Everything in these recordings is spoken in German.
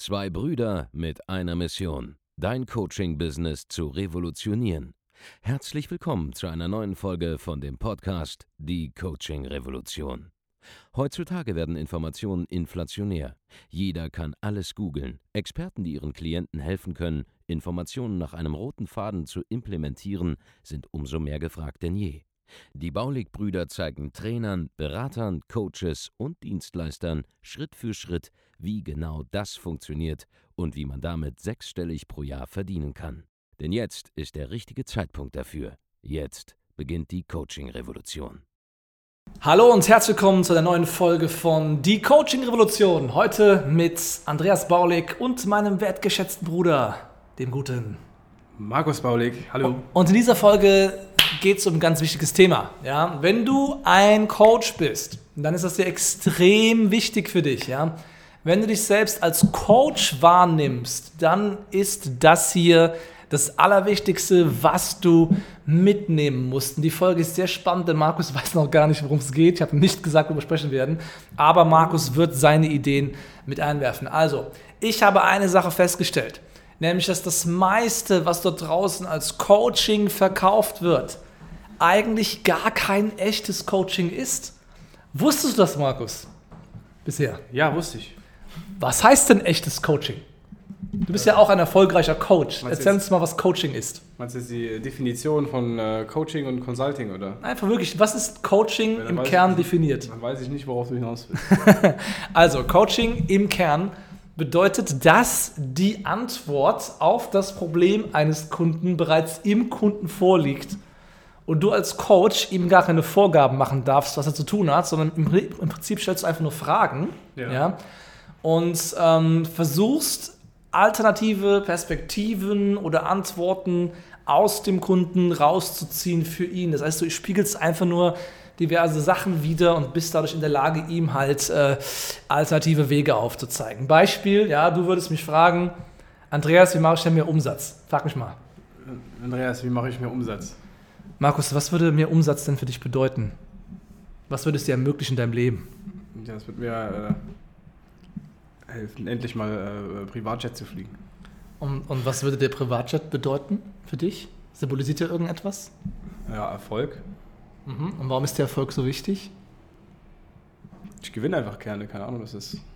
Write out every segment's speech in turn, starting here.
Zwei Brüder mit einer Mission, dein Coaching-Business zu revolutionieren. Herzlich willkommen zu einer neuen Folge von dem Podcast Die Coaching-Revolution. Heutzutage werden Informationen inflationär. Jeder kann alles googeln. Experten, die ihren Klienten helfen können, Informationen nach einem roten Faden zu implementieren, sind umso mehr gefragt denn je. Die Baulig-Brüder zeigen Trainern, Beratern, Coaches und Dienstleistern Schritt für Schritt, wie genau das funktioniert und wie man damit sechsstellig pro Jahr verdienen kann. Denn jetzt ist der richtige Zeitpunkt dafür. Jetzt beginnt die Coaching-Revolution. Hallo und herzlich willkommen zu der neuen Folge von Die Coaching-Revolution. Heute mit Andreas Baulig und meinem wertgeschätzten Bruder, dem guten Markus Baulig. Hallo. Und in dieser Folge geht es um ein ganz wichtiges Thema. Ja? Wenn du ein Coach bist, dann ist das ja extrem wichtig für dich. Ja? Wenn du dich selbst als Coach wahrnimmst, dann ist das hier das Allerwichtigste, was du mitnehmen musst. Und die Folge ist sehr spannend, denn Markus weiß noch gar nicht, worum es geht. Ich habe nicht gesagt, worüber wir sprechen werden, aber Markus wird seine Ideen mit einwerfen. Also, ich habe eine Sache festgestellt, nämlich, dass das meiste, was dort draußen als Coaching verkauft wird, eigentlich gar kein echtes Coaching ist. Wusstest du das, Markus? Bisher? Ja, wusste ich. Was heißt denn echtes Coaching? Du bist ja auch ein erfolgreicher Coach. Erzähl uns mal, was Coaching ist. Meinst du jetzt die Definition von Coaching und Consulting, oder? Einfach wirklich, was ist Coaching im Kern definiert? Dann weiß ich nicht, worauf du hinaus willst. Also, Coaching im Kern bedeutet, dass die Antwort auf das Problem eines Kunden bereits im Kunden vorliegt und du als Coach ihm gar keine Vorgaben machen darfst, was er zu tun hat, sondern im Prinzip stellst du einfach nur Fragen, ja, und versuchst, alternative Perspektiven oder Antworten aus dem Kunden rauszuziehen für ihn. Das heißt, du spiegelst einfach nur diverse Sachen wider und bist dadurch in der Lage, ihm halt alternative Wege aufzuzeigen. Beispiel, ja, du würdest mich fragen, Andreas, wie mache ich denn mehr Umsatz? Frag mich mal. Andreas, wie mache ich mehr Umsatz? Markus, was würde mehr Umsatz denn für dich bedeuten? Was würde es dir ermöglichen in deinem Leben? Ja, das wird mir helfen, endlich mal Privatjet zu fliegen. Und was würde der Privatjet bedeuten für dich? Symbolisiert er irgendetwas? Ja, Erfolg. Und warum ist der Erfolg so wichtig? Ich gewinne einfach gerne, keine Ahnung, was ist.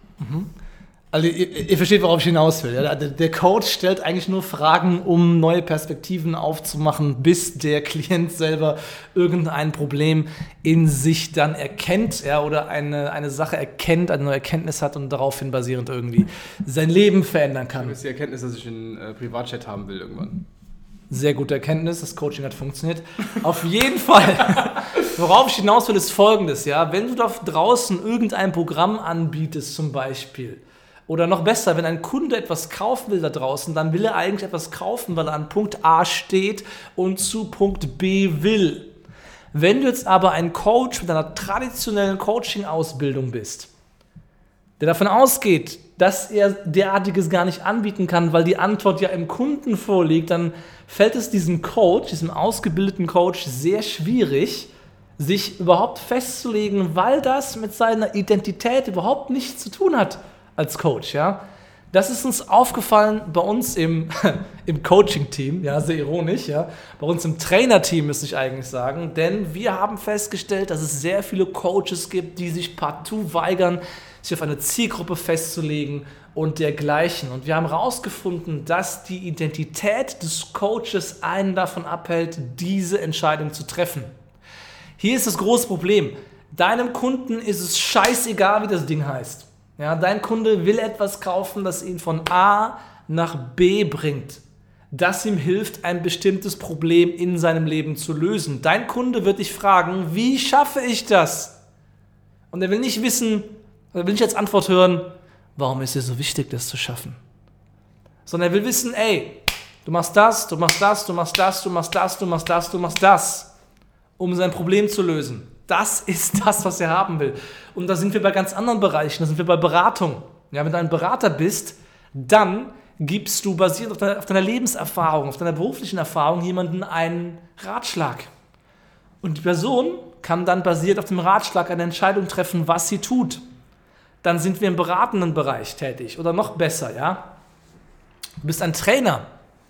Also ihr versteht, worauf ich hinaus will. Ja? Der Coach stellt eigentlich nur Fragen, um neue Perspektiven aufzumachen, bis der Klient selber irgendein Problem in sich dann erkennt, ja, oder eine Sache erkennt, eine neue Erkenntnis hat und daraufhin basierend irgendwie sein Leben verändern kann. Das ist die Erkenntnis, dass ich einen Privatjet haben will irgendwann. Sehr gute Erkenntnis, das Coaching hat funktioniert. Auf jeden Fall, worauf ich hinaus will, ist Folgendes. Ja? Wenn du da draußen irgendein Programm anbietest zum Beispiel, oder noch besser, wenn ein Kunde etwas kaufen will da draußen, dann will er eigentlich etwas kaufen, weil er an Punkt A steht und zu Punkt B will. Wenn du jetzt aber ein Coach mit einer traditionellen Coaching-Ausbildung bist, der davon ausgeht, dass er derartiges gar nicht anbieten kann, weil die Antwort ja im Kunden vorliegt, dann fällt es diesem Coach, diesem ausgebildeten Coach, sehr schwierig, sich überhaupt festzulegen, weil das mit seiner Identität überhaupt nichts zu tun hat als Coach. Ja? Das ist uns aufgefallen bei uns im Coaching-Team, ja, sehr ironisch, ja, bei uns im Trainer-Team müsste ich eigentlich sagen, denn wir haben festgestellt, dass es sehr viele Coaches gibt, die sich partout weigern, sich auf eine Zielgruppe festzulegen und dergleichen. Und wir haben herausgefunden, dass die Identität des Coaches einen davon abhält, diese Entscheidung zu treffen. Hier ist das große Problem. Deinem Kunden ist es scheißegal, wie das Ding heißt. Ja, dein Kunde will etwas kaufen, das ihn von A nach B bringt, das ihm hilft, ein bestimmtes Problem in seinem Leben zu lösen. Dein Kunde wird dich fragen, wie schaffe ich das? Und er will nicht wissen, er will nicht als Antwort hören, warum ist es so wichtig, das zu schaffen? Sondern er will wissen, ey, du machst das, du machst das, du machst das, du machst das, du machst das, du machst das, um sein Problem zu lösen. Das ist das, was er haben will. Und da sind wir bei ganz anderen Bereichen, da sind wir bei Beratung. Ja, wenn du ein Berater bist, dann gibst du basierend auf deiner Lebenserfahrung, auf deiner beruflichen Erfahrung jemandem einen Ratschlag. Und die Person kann dann basiert auf dem Ratschlag eine Entscheidung treffen, was sie tut. dann sind wir im beratenden Bereich tätig oder noch besser, ja. Du bist ein Trainer.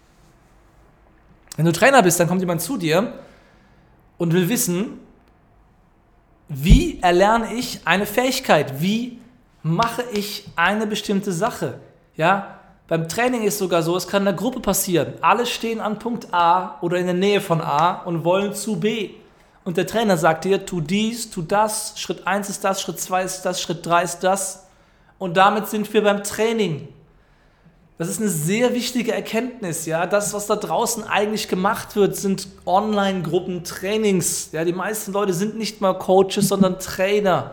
Wenn du Trainer bist, dann kommt jemand zu dir und will wissen, wie erlerne ich eine Fähigkeit? Wie mache ich eine bestimmte Sache? Ja, beim Training ist sogar so, es kann in der Gruppe passieren. Alle stehen an Punkt A oder in der Nähe von A und wollen zu B. Und der Trainer sagt dir, tu dies, tu das, Schritt 1 ist das, Schritt 2 ist das, Schritt 3 ist das. Und damit sind wir beim Training. Das ist eine sehr wichtige Erkenntnis. Ja? Das, was da draußen eigentlich gemacht wird, sind Online-Gruppen, Trainings. Ja? Die meisten Leute sind nicht mal Coaches, sondern Trainer.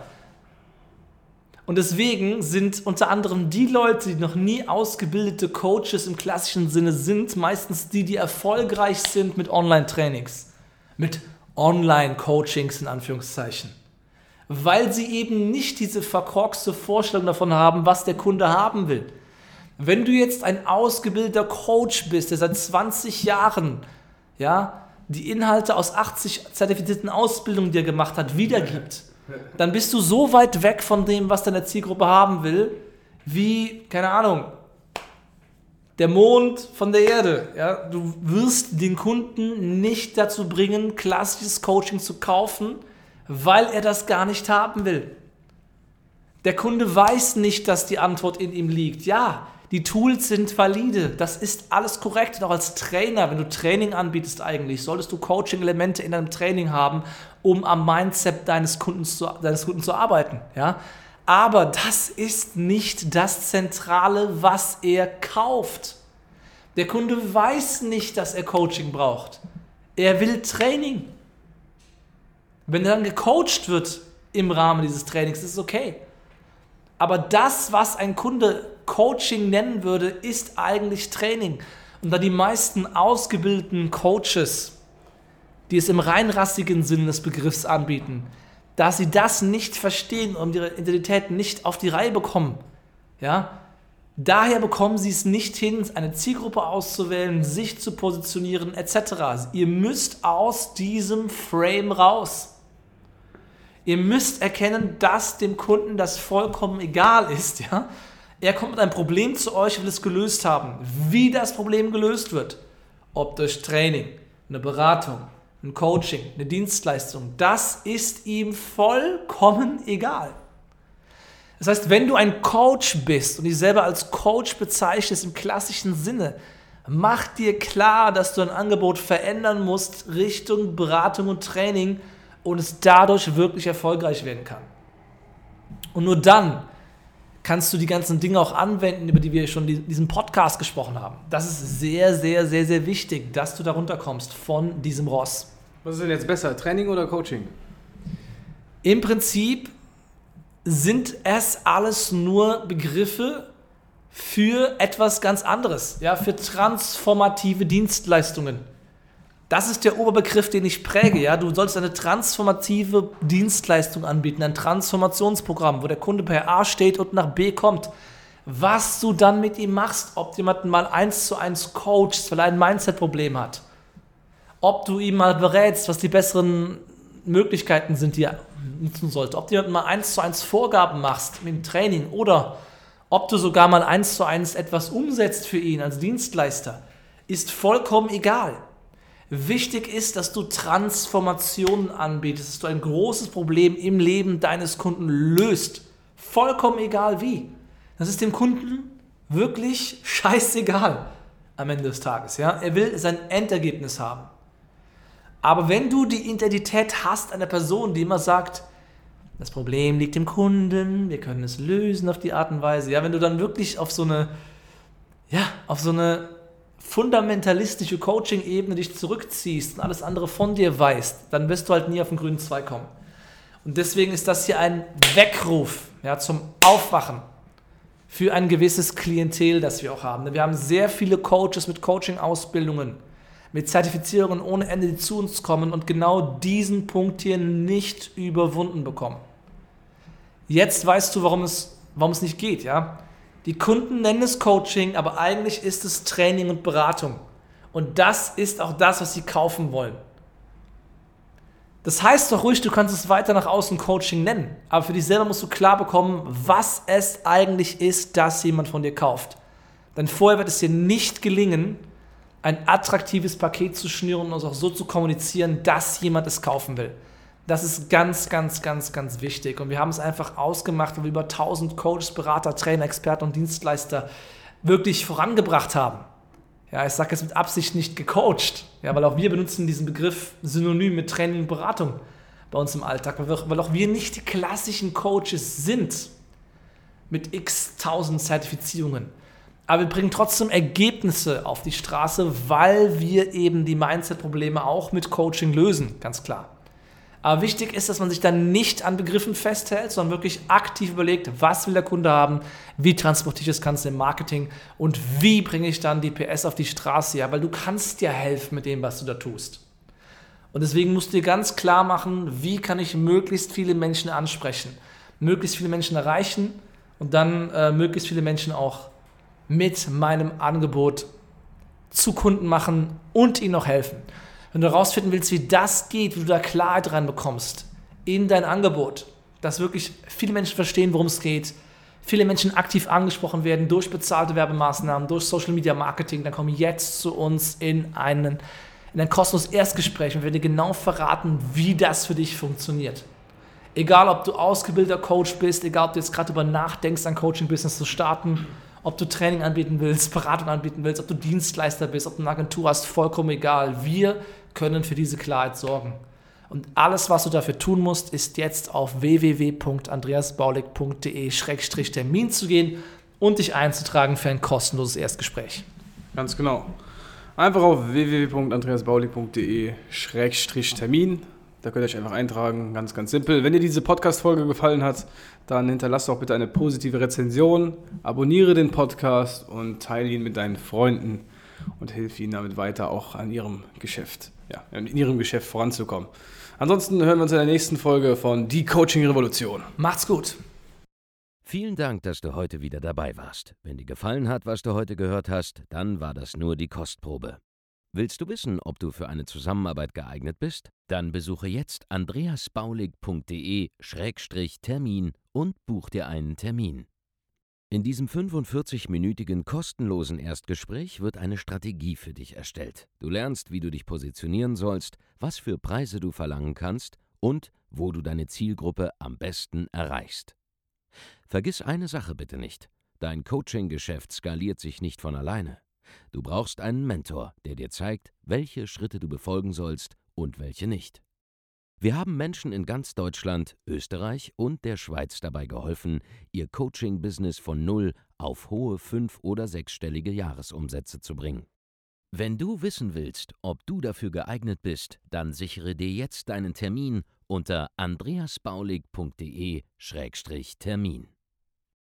Und deswegen sind unter anderem die Leute, die noch nie ausgebildete Coaches im klassischen Sinne sind, meistens die erfolgreich sind mit Online-Trainings, mit Online-Coachings in Anführungszeichen. Weil sie eben nicht diese verkorkste Vorstellung davon haben, was der Kunde haben will. Wenn du jetzt ein ausgebildeter Coach bist, der seit 20 Jahren die Inhalte aus 80 zertifizierten Ausbildungen, die er gemacht hat, wiedergibt, dann bist du so weit weg von dem, was deine Zielgruppe haben will, wie, keine Ahnung, der Mond von der Erde. Ja? Du wirst den Kunden nicht dazu bringen, klassisches Coaching zu kaufen, weil er das gar nicht haben will. Der Kunde weiß nicht, dass die Antwort in ihm liegt. Ja, die Tools sind valide, das ist alles korrekt. Und auch als Trainer, wenn du Training anbietest eigentlich, solltest du Coaching-Elemente in deinem Training haben, um am Mindset deines Kunden zu arbeiten. Ja? Aber das ist nicht das Zentrale, was er kauft. Der Kunde weiß nicht, dass er Coaching braucht. Er will Training. Wenn er dann gecoacht wird im Rahmen dieses Trainings, ist es okay. Aber das, was ein Kunde Coaching nennen würde, ist eigentlich Training. Und da die meisten ausgebildeten Coaches, die es im reinrassigen Sinne des Begriffs anbieten, da sie das nicht verstehen und ihre Identität nicht auf die Reihe bekommen, ja, daher bekommen sie es nicht hin, eine Zielgruppe auszuwählen, sich zu positionieren, etc. Ihr müsst aus diesem Frame raus. Ihr müsst erkennen, dass dem Kunden das vollkommen egal ist, ja. Er kommt mit einem Problem zu euch, will es gelöst haben. Wie das Problem gelöst wird, ob durch Training, eine Beratung, ein Coaching, eine Dienstleistung, das ist ihm vollkommen egal. Das heißt, wenn du ein Coach bist und dich selber als Coach bezeichnest im klassischen Sinne, mach dir klar, dass du ein Angebot verändern musst Richtung Beratung und Training und es dadurch wirklich erfolgreich werden kann. Und nur dann kannst du die ganzen Dinge auch anwenden, über die wir schon in diesem Podcast gesprochen haben. Das ist sehr, sehr, sehr, sehr wichtig, dass du da runterkommst von diesem Ross. Was ist denn jetzt besser, Training oder Coaching? Im Prinzip sind es alles nur Begriffe für etwas ganz anderes, ja, für transformative Dienstleistungen. Das ist der Oberbegriff, den ich präge. Ja? Du sollst eine transformative Dienstleistung anbieten, ein Transformationsprogramm, wo der Kunde per A steht und nach B kommt. Was du dann mit ihm machst, ob du jemanden mal 1:1 coachst, weil er ein Mindset-Problem hat, ob du ihm mal berätst, was die besseren Möglichkeiten sind, die er nutzen sollte, ob du jemanden mal 1:1 Vorgaben machst mit dem Training oder ob du sogar mal 1:1 etwas umsetzt für ihn als Dienstleister, ist vollkommen egal. Wichtig ist, dass du Transformationen anbietest, dass du ein großes Problem im Leben deines Kunden löst. Vollkommen egal wie. Das ist dem Kunden wirklich scheißegal am Ende des Tages. Ja? Er will sein Endergebnis haben. Aber wenn du die Identität hast einer Person, die immer sagt, das Problem liegt im Kunden, wir können es lösen auf die Art und Weise. Ja, wenn du dann wirklich auf so eine fundamentalistische Coaching-Ebene dich zurückziehst und alles andere von dir weißt, dann wirst du halt nie auf den grünen Zweig kommen. Und deswegen ist das hier ein Weckruf, ja, zum Aufwachen für ein gewisses Klientel, das wir auch haben. Wir haben sehr viele Coaches mit Coaching-Ausbildungen, mit Zertifizierungen ohne Ende, die zu uns kommen und genau diesen Punkt hier nicht überwunden bekommen. Jetzt weißt du, warum es nicht geht, ja? Die Kunden nennen es Coaching, aber eigentlich ist es Training und Beratung. Und das ist auch das, was sie kaufen wollen. Das heißt doch ruhig, du kannst es weiter nach außen Coaching nennen. Aber für dich selber musst du klar bekommen, was es eigentlich ist, dass jemand von dir kauft. Denn vorher wird es dir nicht gelingen, ein attraktives Paket zu schnüren und es auch so zu kommunizieren, dass jemand es kaufen will. Das ist ganz, ganz, ganz, ganz wichtig. Und wir haben es einfach ausgemacht, weil wir über 1000 Coaches, Berater, Trainer, Experten und Dienstleister wirklich vorangebracht haben. Ja, ich sage jetzt mit Absicht nicht gecoacht, ja, weil auch wir benutzen diesen Begriff synonym mit Training und Beratung bei uns im Alltag, weil auch wir nicht die klassischen Coaches sind mit x tausend Zertifizierungen. Aber wir bringen trotzdem Ergebnisse auf die Straße, weil wir eben die Mindset-Probleme auch mit Coaching lösen, ganz klar. Aber wichtig ist, dass man sich dann nicht an Begriffen festhält, sondern wirklich aktiv überlegt, was will der Kunde haben, wie transportiere ich das Ganze im Marketing und wie bringe ich dann die PS auf die Straße, ja, weil du kannst ja helfen mit dem, was du da tust. Und deswegen musst du dir ganz klar machen, wie kann ich möglichst viele Menschen ansprechen, möglichst viele Menschen erreichen und dann möglichst viele Menschen auch mit meinem Angebot zu Kunden machen und ihnen noch helfen. Wenn du herausfinden willst, wie das geht, wie du da Klarheit reinbekommst in dein Angebot, dass wirklich viele Menschen verstehen, worum es geht, viele Menschen aktiv angesprochen werden durch bezahlte Werbemaßnahmen, durch Social Media Marketing, dann komm jetzt zu uns in ein kostenloses Erstgespräch und wir werden dir genau verraten, wie das für dich funktioniert. Egal, ob du ausgebildeter Coach bist, egal, ob du jetzt gerade darüber nachdenkst, ein Coaching-Business zu starten, ob du Training anbieten willst, Beratung anbieten willst, ob du Dienstleister bist, ob du eine Agentur hast, vollkommen egal. Wir können für diese Klarheit sorgen. Und alles, was du dafür tun musst, ist jetzt auf www.andreasbaulig.de/Termin zu gehen und dich einzutragen für ein kostenloses Erstgespräch. Ganz genau. Einfach auf www.andreasbaulig.de/Termin. Da könnt ihr euch einfach eintragen, ganz, ganz simpel. Wenn dir diese Podcast-Folge gefallen hat, dann hinterlass doch bitte eine positive Rezension, abonniere den Podcast und teile ihn mit deinen Freunden und hilf ihnen damit weiter, auch an ihrem Geschäft, in ihrem Geschäft voranzukommen. Ansonsten hören wir uns in der nächsten Folge von Die Coaching Revolution. Macht's gut. Vielen Dank, dass du heute wieder dabei warst. Wenn dir gefallen hat, was du heute gehört hast, dann war das nur die Kostprobe. Willst du wissen, ob du für eine Zusammenarbeit geeignet bist? Dann besuche jetzt andreasbaulig.de/Termin und buch dir einen Termin. In diesem 45-minütigen kostenlosen Erstgespräch wird eine Strategie für dich erstellt. Du lernst, wie du dich positionieren sollst, was für Preise du verlangen kannst und wo du deine Zielgruppe am besten erreichst. Vergiss eine Sache bitte nicht: Dein Coaching-Geschäft skaliert sich nicht von alleine. Du brauchst einen Mentor, der dir zeigt, welche Schritte du befolgen sollst und welche nicht. Wir haben Menschen in ganz Deutschland, Österreich und der Schweiz dabei geholfen, ihr Coaching-Business von 0 auf hohe 5- oder 6-stellige Jahresumsätze zu bringen. Wenn du wissen willst, ob du dafür geeignet bist, dann sichere dir jetzt deinen Termin unter andreasbaulig.de/Termin.